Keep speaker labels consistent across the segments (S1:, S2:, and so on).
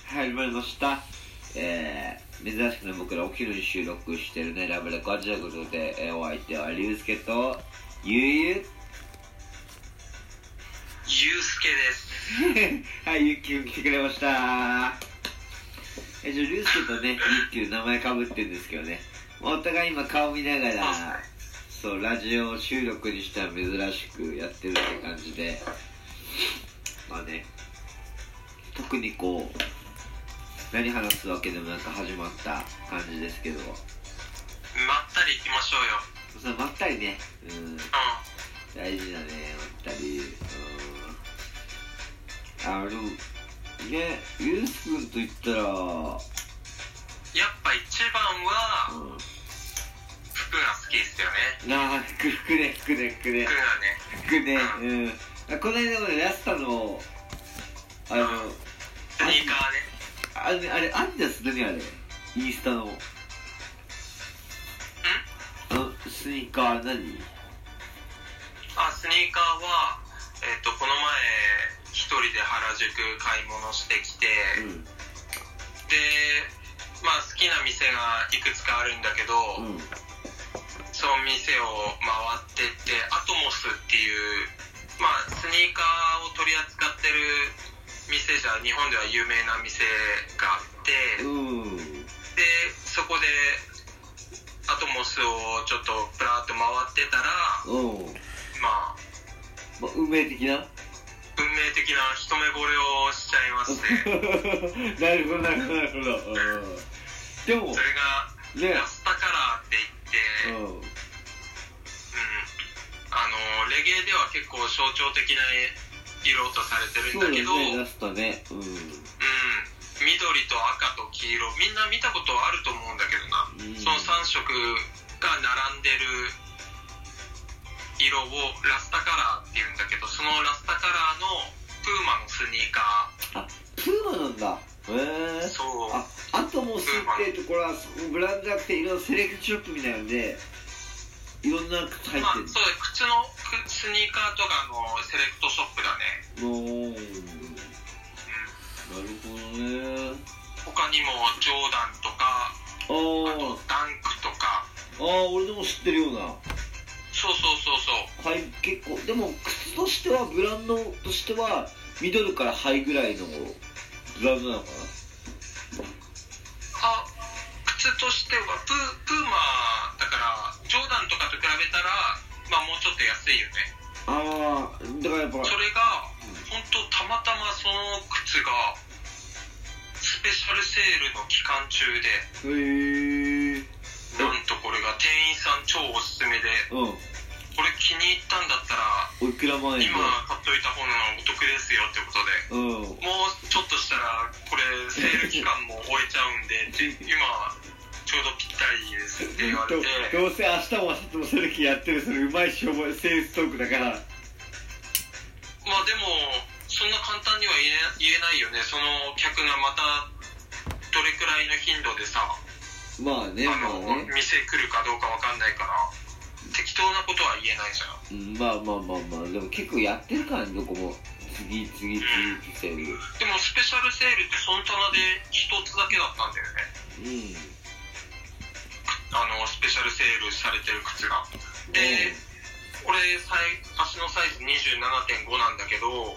S1: 始まりました。珍しくね、僕らお昼に収録してるね、ラブレコアということで、お相手はリュウスケとゆう
S2: すけです。
S1: はい、ゆっきゅん来てくれました。リュウスケとね、ゆっきゅん名前かぶってるんですけどね、お互い今顔見ながら、そう、ラジオ収録にしては珍しくやってるって感じで、まあね、特にこう、何話すわけでもなんか始まった感じですけど、
S2: まったり行きましょうよ。
S1: そう、まったりね、大事だね、まったり。ね、ゆうすくんと言ったら、
S2: やっぱ一番は、服が好きですよね。
S1: 服ね、この間もね、ラスタの
S2: スニーカーね。
S1: あれアディダス何あれ、インスタのスニーカー何？
S2: スニーカーはこの前一人で原宿買い物してきて、でまあ好きな店がいくつかあるんだけど、その店を回ってってアトモスっていうまあスニーカーを取り扱ってる店じゃ日本では有名な店があって、でそこでアトモスをちょっとプラーっと回ってたら、まあ
S1: 運命的な
S2: 一目惚れをしちゃいまして
S1: なるほどでも
S2: それが、ラスタカラーって言って、レゲエでは結構象徴的な色とされてるんだけど、
S1: ラスタね、
S2: 緑と赤と黄色、みんな見たことあると思うんだけどな、その3色が並んでる色をラスタカラーって言うんだけど、そのラスタカラーのプーマのスニーカー。
S1: プーマなんだ。
S2: そう。
S1: アトモスっていうところはブランドじゃなくていろんなセレクトショップみたいなんでいろんな靴入ってる。
S2: そうで、靴のスニーカーとかのセレクトショップだね。
S1: なるほどね。
S2: 他にもジョーダンとか、あとダンクとか。
S1: 俺でも知ってるような。
S2: そう
S1: はい、結構でも靴としてはブランドとしてはミドルからハイぐらいのブランドなのかな。
S2: 靴としてはプーマだからジョーダンとかと比べたらまあもうちょっと安いよね。
S1: だからやっぱ
S2: それが本当たまたまその靴がスペシャルセールの期間中で、なんとこれが店員さん超おすすめで、これ気に入ったんだったら
S1: おいくら万円で
S2: 今買っといた方がお得ですよってことで、もうちょっとしたらこれセール期間も終えちゃうんで今ちょうどぴったりですって言われて
S1: どうせ明日も明後日もそれやってる、それうまい商売セールストークだから。
S2: まあでもそんな簡単には言えないよね。その客がまたどれくらいの頻度でさ、店来るかどうかわかんないから適当なことは言えないじゃん。
S1: まあでも結構やってるからね、どこも次セール。
S2: でもスペシャルセールってその棚で一つだけだったんだよね。スペシャルセールされてる靴が。で、俺足のサイズ 27.5 なんだけど、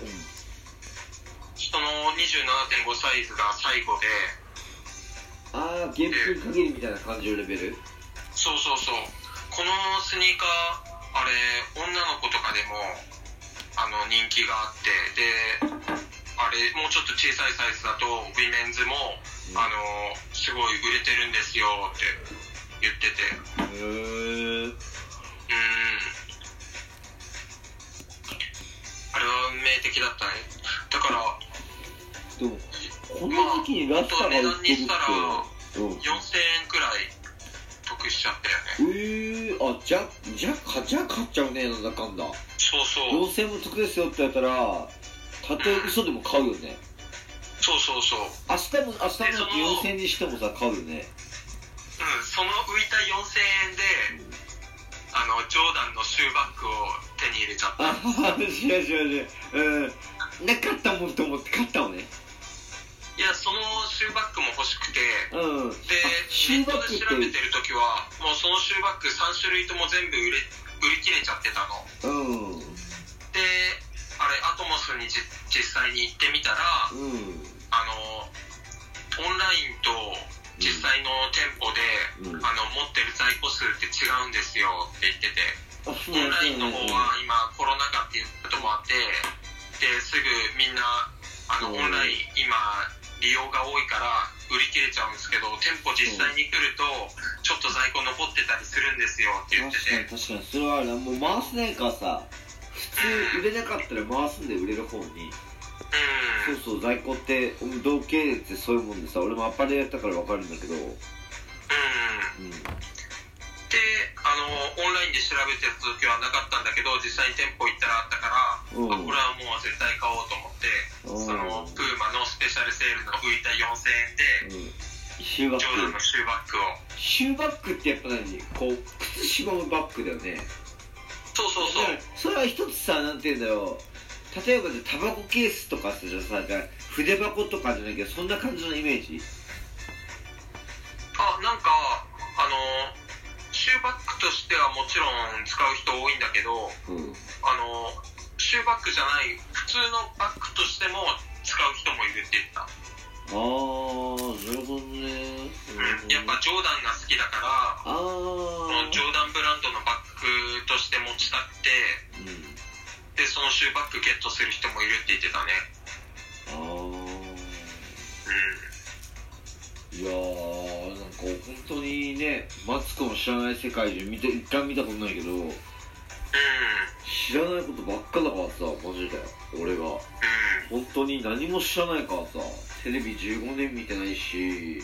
S2: その 27.5 サイズが最後で、
S1: 原風限りみたいな感じのレベル。
S2: そうこのスニーカーあれ女の子とかでも人気があって、であれもうちょっと小さいサイズだとウィメンズも、すごい売れてるんですよって言ってて、あれは運命的だったね。だから
S1: でもこの時期にラスタが売ってるって、
S2: 値段にしたら4000円くらい得しちゃったよね。
S1: じゃあ買っちゃうね、なんだかんだ。
S2: そう
S1: 4000円も得ですよってやったらたとえ嘘でも買うよね。
S2: そう
S1: 明日も4000円にしてもさ買うよね。
S2: その浮いた4000円でジョーダンのシューバッグを手に入れちゃった。
S1: 違うなかったもんと思って買ったのね。
S2: いや、そのシューバッグも欲しくて、
S1: うん、
S2: でネットで調べてるときはもうそのシューバッグ3種類とも全部売り切れちゃってたの。
S1: うん、
S2: であれアトモスに実際に行ってみたら、
S1: うん、
S2: オンラインと実際の店舗で、
S1: うん、
S2: 持ってる在庫数って違うんですよって言ってて、オンラインの方は今コロナ禍っていうこともあって、ですぐみんなオンライン今利用が多いから売り切れちゃうんですけど、店舗実際に来るとちょっと在庫残ってたりするんですよって言ってて。
S1: 確かにそれはあれもう回せないからさ、普通売れなかったら回すんで売れる方に、そうそう、在庫って同系列ってそういうもんでさ、俺もアパレルやったから分かるんだけど、
S2: でオンラインで調べてた時はなかったんだけど、実際に店舗行ったらあったから、これはもう絶対買おうと思って、そのプーマのスペシャルセールの浮いた4000円で、
S1: シューバッグ、
S2: ジョーダンのシューバッグを。
S1: シューバッグってやっぱ何、こう靴しまうバッグだよね。
S2: そうそうそう。
S1: それは一つさ、なんていうんだろう、例えばタバコケースとかさ、じゃあ筆箱とかじゃないけど、そんな感じのイメージ。
S2: なんかシューバッグとしてはもちろん使う人多いんだけど、シューバッグじゃない普通のバッグとしても使う人もいるって言った。
S1: なるほどね。
S2: やっぱジョーダンが好きだから、ジョーダンブランドのバッグとして持ちたって、でそのシューバッグゲットする人もいるって言ってたね。
S1: いやー、なんか本当にね、マツコの知らない世界中一回見たことないけど、知らないことばっかだからさ、マジで俺が、本当に何も知らないからさ、テレビ15年見てないし、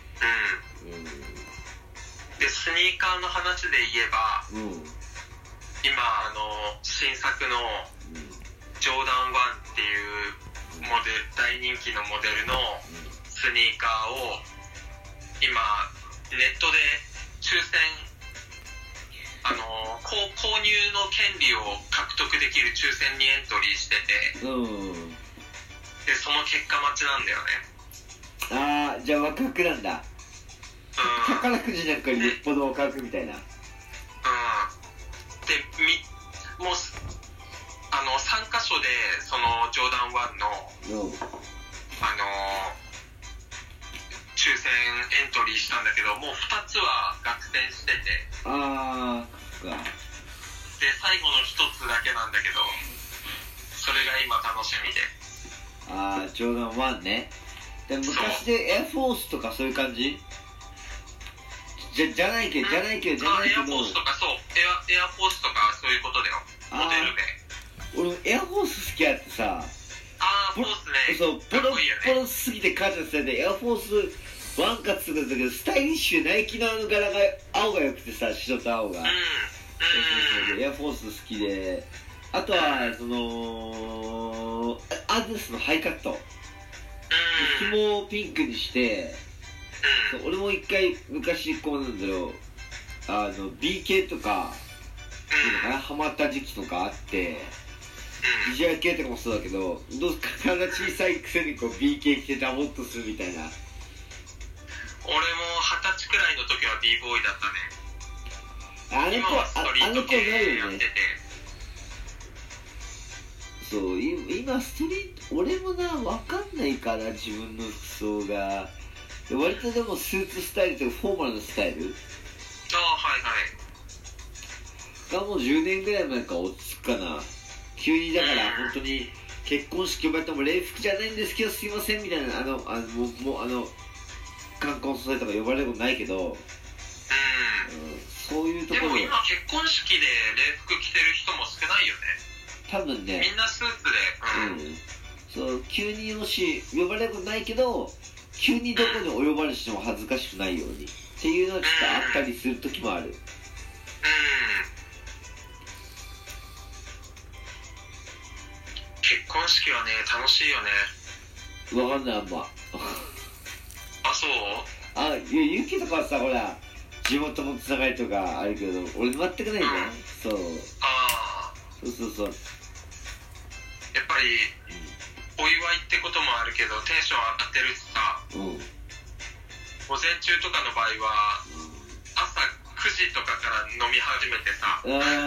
S2: でスニーカーの話で言えば、今新作のジョーダン1っていう大人気のモデルのスニーカーを今ネットで抽選購入の権利を獲得できる抽選にエントリーしてて、でその結果待ちなんだよね。
S1: じゃあワクワクなんだ。宝くじなんかよりよっぽどワクワクみたいな。で
S2: もう3カ所でそのジョーダン1の抽選エントリーしたんだけど、もう2つは落選してて、で最後の1つだけなんだけど、それが今楽しみで。
S1: ジョーダン1ね。で昔でエアフォースとかそういう感じじゃないけどエアフォース
S2: とか、そうエアフォースとかそういうことだよ、モデル名。
S1: 俺エアフォース好きやってさ、
S2: フォースね、
S1: そうポロすぎて感謝されて、エアフォースワンカッツとかだけど、スタイリッシュナイキの柄が青が良くてさ、白と青が、エアフォース好きで、あとはそのアディダスのハイカット、紐をピンクにして、俺も一回昔こうなんだよ、BK とかハマった時期とかあって、ビジュアル系とかもそうだけど、どう体小さいくせにこう BK 着てダボっとするみたいな。
S2: 俺も20歳くらいの時は b ボーイだったね。今はストリート系やってて。
S1: そう、今ストリート、俺もな、わかんないから、自分の服装が。割とでもスーツスタイルというかフォーマルなスタイルがもう10年ぐらい前から落ち着くかな。急にだから本当に結婚式呼ばれても礼服じゃないんですけどすいませんみたいな、冠婚葬祭とか呼ばれることないけど、そういうところ
S2: でも今結婚式で礼服着てる人も少ないよね。
S1: 多分ね、
S2: みんなスーツで、
S1: そう急にもし呼ばれることないけど、急にどこにお呼ばれしても恥ずかしくないようにっていうのはちょっとあったりする時もある。
S2: 結婚式はね楽しいよね。
S1: わかんない、あんま
S2: そう
S1: ゆきとかはさ、ほら地元のつながりとかあるけど、俺全くないじゃん。そう
S2: やっぱりお祝いってこともあるけどテンション上がってるしさ、午前中とかの場合は、朝9時とかから飲み始めてさ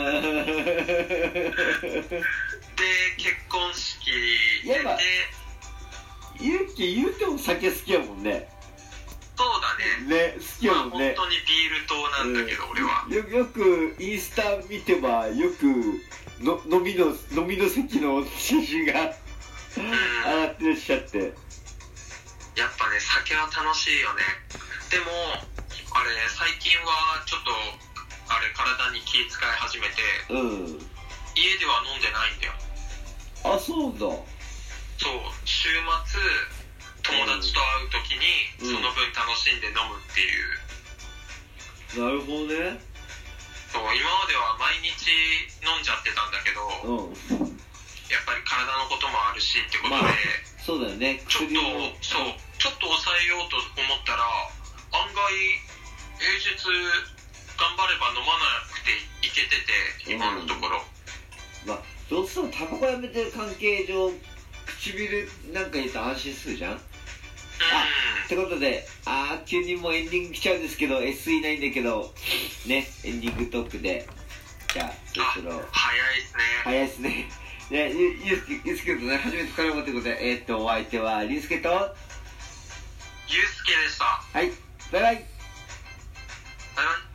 S2: で結婚式出て、
S1: ゆうき言うても酒好きやもんね。
S2: そうだ
S1: ね、好きやもんね。
S2: 本当にビール党なんだけど、俺は
S1: よくインスタ見てばよく飲みの席の写真が上がってらっしゃって、
S2: やっぱね酒は楽しいよね。でもあれ最近はちょっとあれ体に気使い始めて、家では飲んでないんだよ。
S1: あ、そうだ。
S2: そう、週末友達と会う時にその分楽しんで飲むっていう、
S1: なるほどね。
S2: そう今までは毎日飲んじゃってたんだけど、やっぱり体のこともあるしってことで、
S1: そうだよね。
S2: ちょっと抑えようと思ったら案外平日頑張れば飲まなくていけてて、今のところ、
S1: どうしてもタバコやめてる関係上唇なんか言うと安心するじゃん。ってことで、急にもうエンディング来ちゃうんですけど SE ないんだけどね、エンディングトークで、じゃあそろそろ早いっすね。で、ゆうすけとね、初めてからもってことで、お相手はりゅうすけと
S2: ゆうすけでした。
S1: はい、バイバイ。
S2: バイバイ。